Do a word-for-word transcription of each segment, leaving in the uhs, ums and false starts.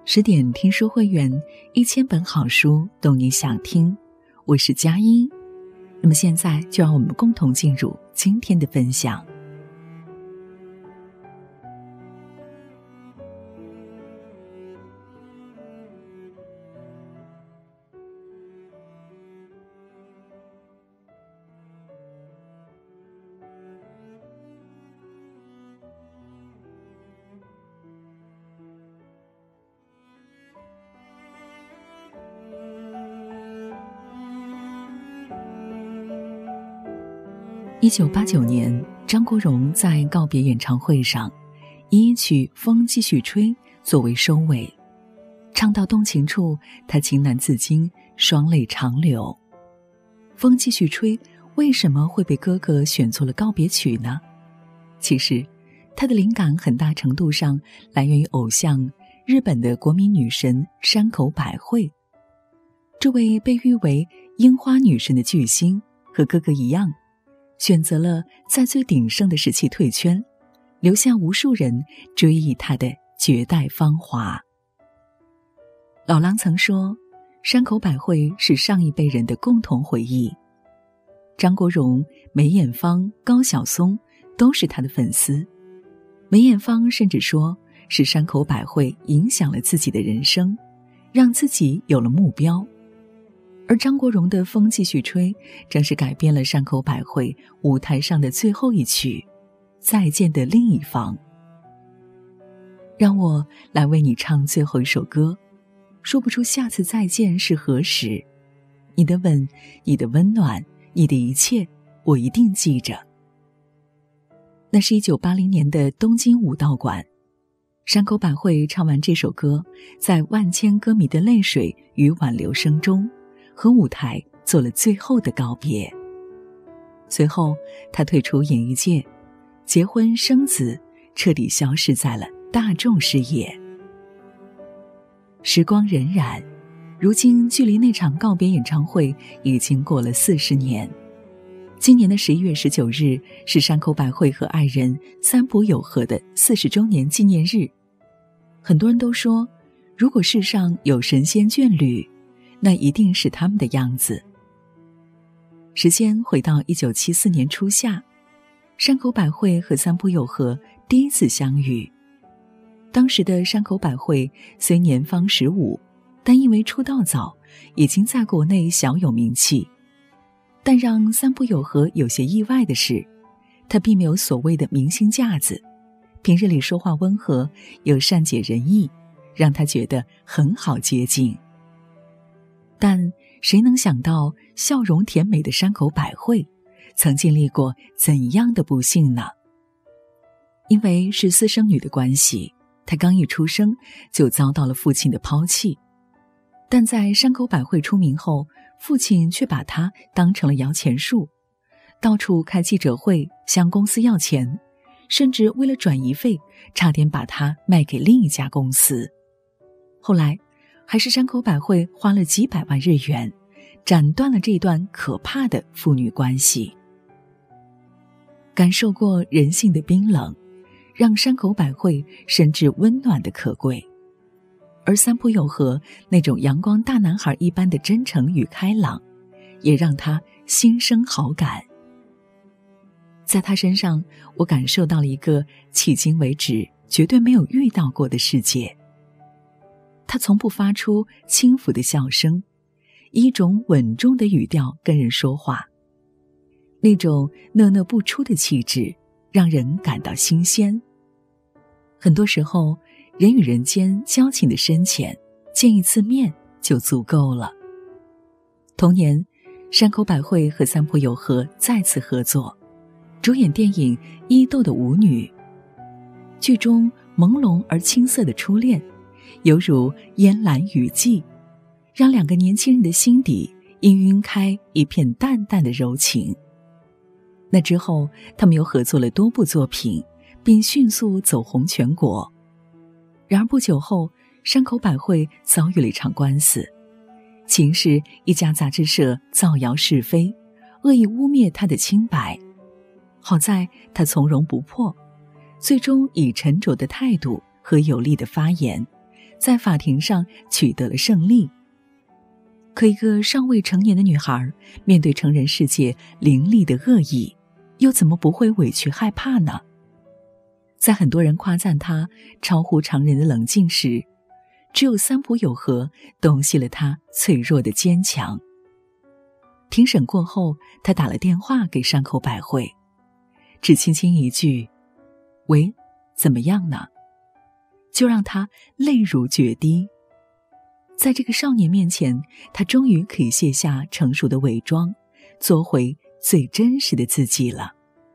十点听书会员，一千本好书，懂你想听。我是佳音。那么现在就让我们共同进入今天的分享。一九八九年，张国荣在告别演唱会上以一曲《风继续吹》作为收尾，唱到动情处，他情难自禁，双泪长流。风继续吹为什么会被哥哥选作了告别曲呢？其实他的灵感很大程度上来源于偶像日本的国民女神山口百惠。这位被誉为樱花女神的巨星和哥哥一样，选择了在最鼎盛的时期退圈，留下无数人追忆他的绝代芳华。老狼曾说，山口百惠是上一辈人的共同回忆。张国荣、梅艳芳、高晓松都是他的粉丝。梅艳芳甚至说，是山口百惠影响了自己的人生，让自己有了目标。而张国荣的《风继续吹》正是改编了山口百惠舞台上的最后一曲《再见的另一方》。让我来为你唱最后一首歌，说不出下次再见是何时，你的吻，你的温暖，你的一切，我一定记着。那是一九八零年的东京武道馆，山口百惠唱完这首歌，在万千歌迷的泪水与挽留声中，和舞台做了最后的告别。随后他退出演艺界，结婚生子，彻底消失在了大众视野。时光荏苒，如今距离那场告别演唱会已经过了四十年。今年的十一月十九日是山口百惠和爱人三浦友和的四十周年纪念日。很多人都说，如果世上有神仙眷侣，那一定是他们的样子。时间回到一九七四年初夏，山口百惠和三浦友和第一次相遇。当时的山口百惠虽年方十五，但因为出道早，已经在国内小有名气。但让三浦友和有些意外的是，他并没有所谓的明星架子，平日里说话温和又善解人意，让他觉得很好接近。但谁能想到，笑容甜美的山口百惠曾经历过怎样的不幸呢？因为是私生女的关系，她刚一出生就遭到了父亲的抛弃。但在山口百惠出名后，父亲却把她当成了摇钱树，到处开记者会向公司要钱，甚至为了转移费，差点把她卖给另一家公司。后来还是山口百惠花了几百万日元，斩断了这段可怕的父女关系。感受过人性的冰冷，让山口百惠深知温暖的可贵。而三浦友和那种阳光大男孩一般的真诚与开朗，也让他心生好感。在他身上，我感受到了一个迄今为止绝对没有遇到过的世界。他从不发出轻浮的笑声，以一种稳重的语调跟人说话，那种讷讷不出的气质让人感到新鲜。很多时候，人与人间交情的深浅，见一次面就足够了。同年，山口百惠和三浦友和再次合作，主演电影《伊豆的舞女》。剧中朦胧而青涩的初恋，犹如烟澜雨霁，让两个年轻人的心底氤氲开一片淡淡的柔情。那之后，他们又合作了多部作品，并迅速走红全国。然而不久后，山口百惠遭遇了一场官司，秦氏一家杂志社造谣是非，恶意污蔑他的清白。好在他从容不迫，最终以沉着的态度和有力的发言， 在法庭上取得了胜利。可一个尚未成年的女孩，面对成人世界凌厉的恶意，又怎么不会委屈害怕呢？在很多人夸赞她超乎常人的冷静时，只有三浦友和洞悉了她脆弱的坚强。庭审过后，他打了电话给山口百惠，只轻轻一句喂，怎么样呢，就让他泪如决堤。在这个少年面前，他终于可以卸下成熟的伪装，做回最真实的自己了。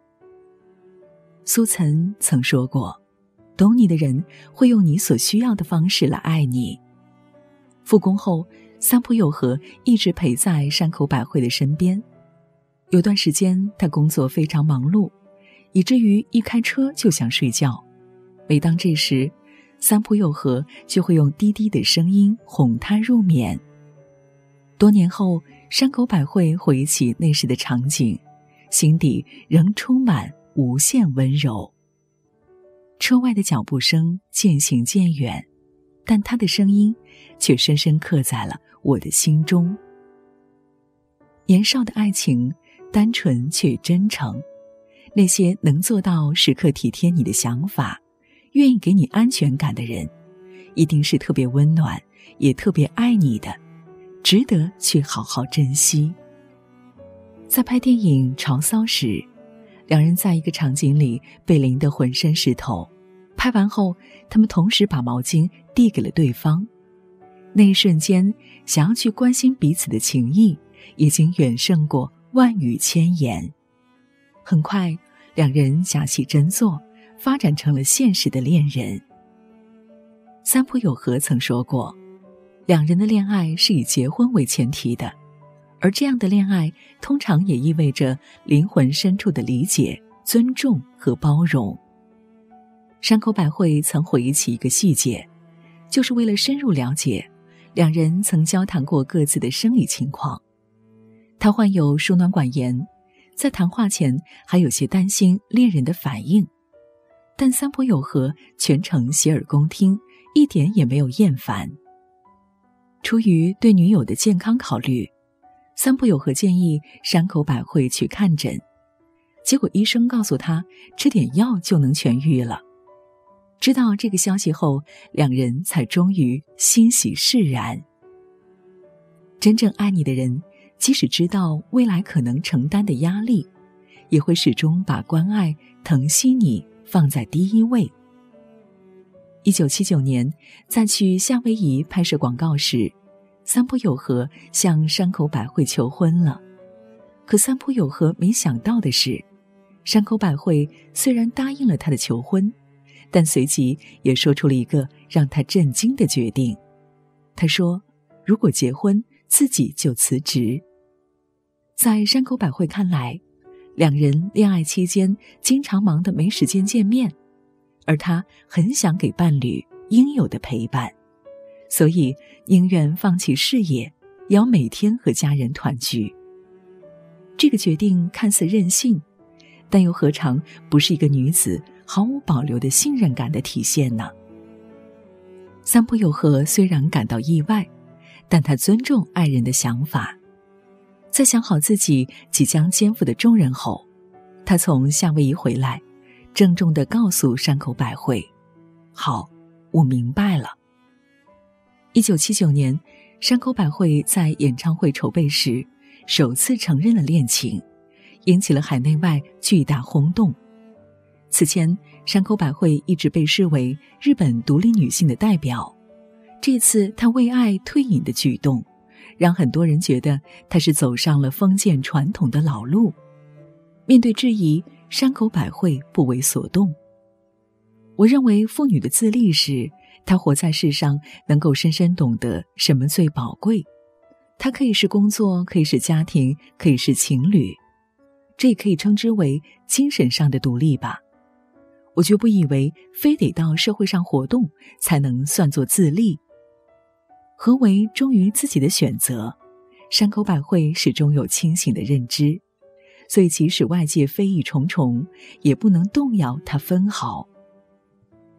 苏岑曾说过，懂你的人会用你所需要的方式来爱你。复工后，三浦友和一直陪在山口百惠的身边。有段时间他工作非常忙碌，以至于一开车就想睡觉。每当这时，三浦友和就会用低低的声音哄他入眠。多年后，山口百惠回忆起那时的场景，心底仍充满无限温柔。车外的脚步声渐行渐远，但他的声音却深深刻在了我的心中。年少的爱情单纯却真诚，那些能做到时刻体贴你的想法，愿意给你安全感的人，一定是特别温暖也特别爱你的，值得去好好珍惜。在拍电影《潮骚》时，两人在一个场景里被淋得浑身是透，拍完后他们同时把毛巾递给了对方。那一瞬间，想要去关心彼此的情谊已经远胜过万语千言。很快，两人假戏真做，发展成了现实的恋人。三浦友和曾说过，两人的恋爱是以结婚为前提的，而这样的恋爱通常也意味着灵魂深处的理解、尊重和包容。山口百惠曾回忆起一个细节，就是为了深入了解，两人曾交谈过各自的生理情况。她患有输卵管炎，在谈话前还有些担心恋人的反应，但三浦友和全程洗耳恭听，一点也没有厌烦。出于对女友的健康考虑，三浦友和建议山口百惠去看诊，结果医生告诉她吃点药就能痊愈了。知道这个消息后，两人才终于欣喜释然。真正爱你的人，即使知道未来可能承担的压力，也会始终把关爱、疼惜你放在第一位。一九七九年，在去夏威夷拍摄广告时，三浦友和向山口百惠求婚了。可三浦友和没想到的是，山口百惠虽然答应了他的求婚，但随即也说出了一个让他震惊的决定。他说，如果结婚，自己就辞职。在山口百惠看来，两人恋爱期间经常忙得没时间见面，而他很想给伴侣应有的陪伴，所以宁愿放弃事业，也要每天和家人团聚。这个决定看似任性，但又何尝不是一个女子毫无保留的信任感的体现呢？三浦友和虽然感到意外，但他尊重爱人的想法。在想好自己即将肩负的重任后，他从夏威夷回来，郑重地告诉山口百惠，好，我明白了。一九七九年，山口百惠在演唱会筹备时首次承认了恋情，引起了海内外巨大轰动。此前，山口百惠一直被视为日本独立女性的代表，这次她为爱退隐的举动，让很多人觉得她是走上了封建传统的老路。面对质疑，山口百惠不为所动。我认为妇女的自立时，她活在世上能够深深懂得什么最宝贵。她可以是工作，可以是家庭，可以是情侣，这也可以称之为精神上的独立吧。我绝不以为非得到社会上活动才能算作自立。何为忠于自己的选择，山口百惠始终有清醒的认知，所以即使外界非议重重，也不能动摇她分毫。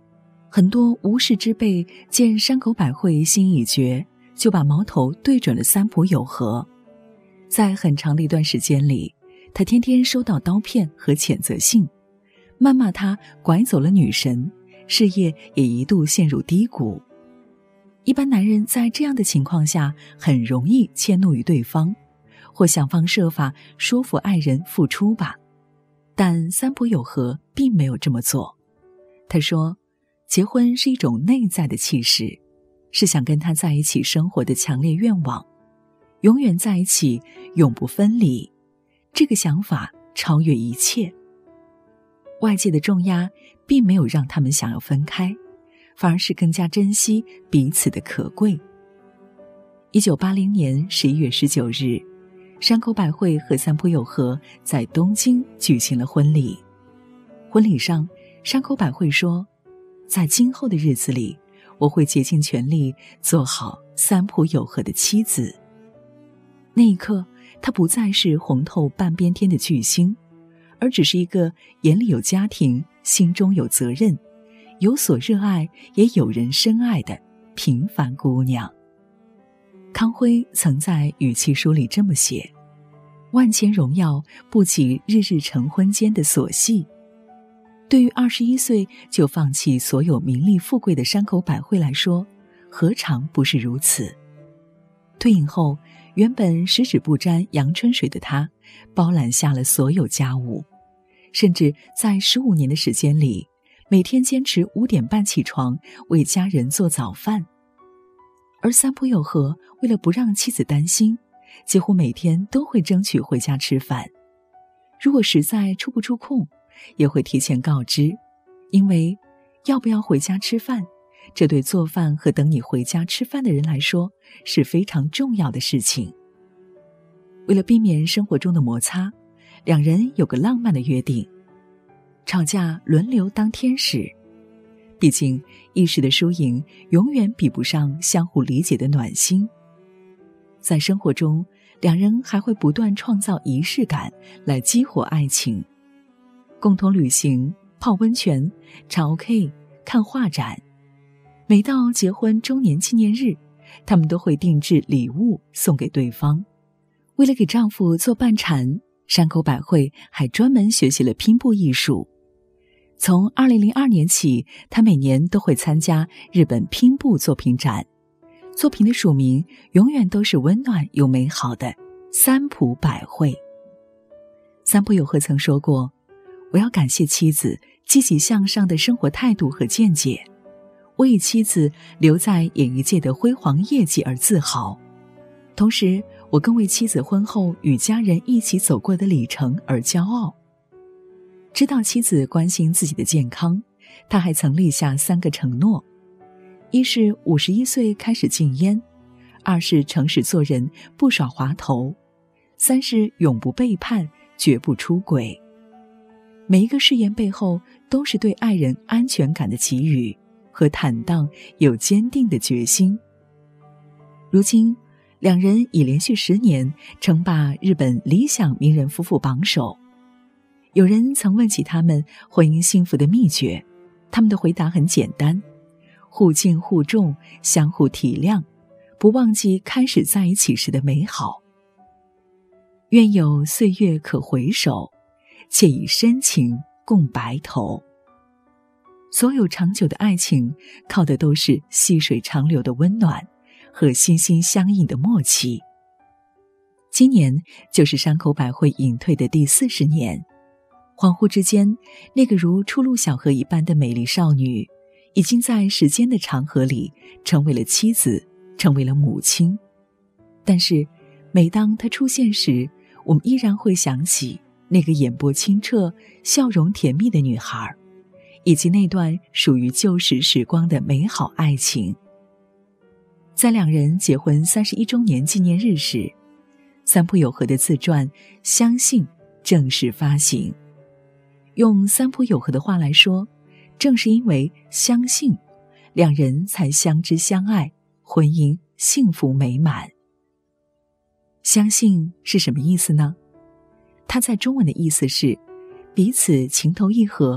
很多无事之辈见山口百惠心已决，就把矛头对准了三浦友和。在很长的一段时间里，他天天收到刀片和谴责信，谩骂他拐走了女神，事业也一度陷入低谷。一般男人在这样的情况下很容易迁怒于对方，或想方设法说服爱人付出吧。但三浦友和并没有这么做。他说，结婚是一种内在的气势，是想跟他在一起生活的强烈愿望，永远在一起，永不分离。这个想法超越一切。外界的重压并没有让他们想要分开，反而是更加珍惜彼此的可贵。一九八零年十一月十九日，山口百惠和三浦友和在东京举行了婚礼。婚礼上，山口百惠说，在今后的日子里，我会竭尽全力做好三浦友和的妻子。那一刻，她不再是红透半边天的巨星，而只是一个眼里有家庭，心中有责任，有所热爱也有人深爱的平凡姑娘。康辉曾在《语气书》里这么写，万千荣耀不及日日成婚间的琐细。对于二十一岁就放弃所有名利富贵的山口百惠来说，何尝不是如此？退隐后，原本十指不沾阳春水的她，包揽下了所有家务，甚至在十五年的时间里，每天坚持五点半起床为家人做早饭。而三浦友和为了不让妻子担心，几乎每天都会争取回家吃饭。如果实在抽不出空，也会提前告知，因为要不要回家吃饭，这对做饭和等你回家吃饭的人来说是非常重要的事情。为了避免生活中的摩擦，两人有个浪漫的约定，吵架轮流当天使。毕竟一时的输赢永远比不上相互理解的暖心。在生活中，两人还会不断创造仪式感来激活爱情，共同旅行、泡温泉、唱 OK、看画展。每到结婚周年纪念日，他们都会定制礼物送给对方。为了给丈夫做半缠，山口百惠还专门学习了拼布艺术。从二零零二年起，她每年都会参加日本拼布作品展，作品的署名永远都是温暖又美好的三浦百惠。三浦友和曾说过，我要感谢妻子积极向上的生活态度和见解，我以妻子留在演艺界的辉煌业绩而自豪，同时我更为妻子婚后与家人一起走过的里程而骄傲。知道妻子关心自己的健康，他还曾立下三个承诺：一是五十一岁开始禁烟，二是诚实做人不耍滑头，三是永不背叛，绝不出轨。每一个誓言背后都是对爱人安全感的给予和坦荡又坚定的决心。如今两人已连续十年称霸日本理想名人夫妇榜首。有人曾问起他们婚姻幸福的秘诀，他们的回答很简单：互敬互重，相互体谅，不忘记开始在一起时的美好。愿有岁月可回首，且以深情共白头。所有长久的爱情靠的都是细水长流的温暖和心心相印的默契。今年就是山口百惠隐退的第四十年，恍惚之间，那个如初露小河一般的美丽少女，已经在时间的长河里成为了妻子，成为了母亲。但是每当她出现时，我们依然会想起那个眼波清澈、笑容甜蜜的女孩，以及那段属于旧时时光的美好爱情。在两人结婚三十一周年纪念日时，三浦友和的自传《相信》正式发行。用三浦友和的话来说，正是因为相信，两人才相知相爱，婚姻幸福美满。相信是什么意思呢？它在中文的意思是彼此情投意合，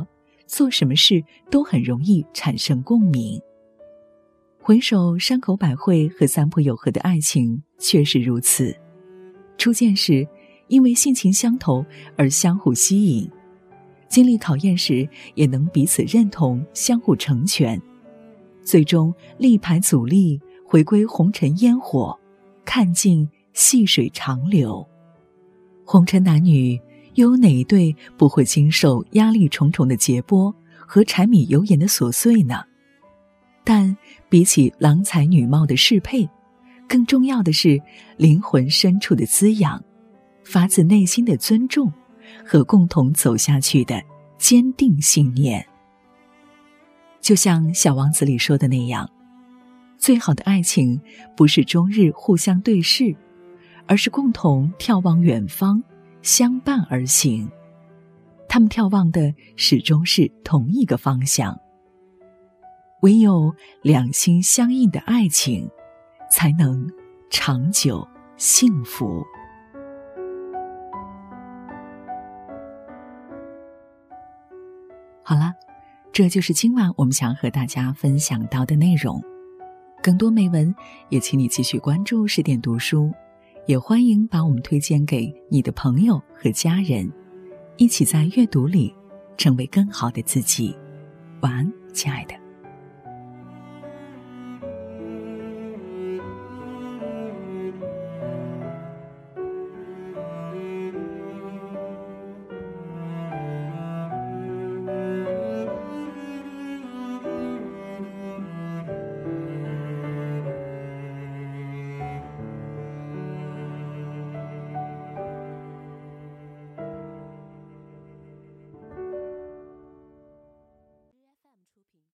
做什么事都很容易产生共鸣。回首山口百惠和三浦友和的爱情确实如此，初见时因为性情相投而相互吸引，经历考验时也能彼此认同，相互成全，最终力排阻力，回归红尘烟火，看尽细水长流。红尘男女，又有哪一对不会经受压力重重的劫波和柴米油盐的琐碎呢？但比起郎才女貌的适配，更重要的是灵魂深处的滋养，发自内心的尊重和共同走下去的坚定信念。就像《小王子》里说的那样，最好的爱情不是终日互相对视，而是共同眺望远方，相伴而行。他们眺望的始终是同一个方向。唯有两心相印的爱情，才能长久幸福。好了，这就是今晚我们想和大家分享到的内容。更多美文也请你继续关注十点读书，也欢迎把我们推荐给你的朋友和家人，一起在阅读里成为更好的自己。晚安，亲爱的。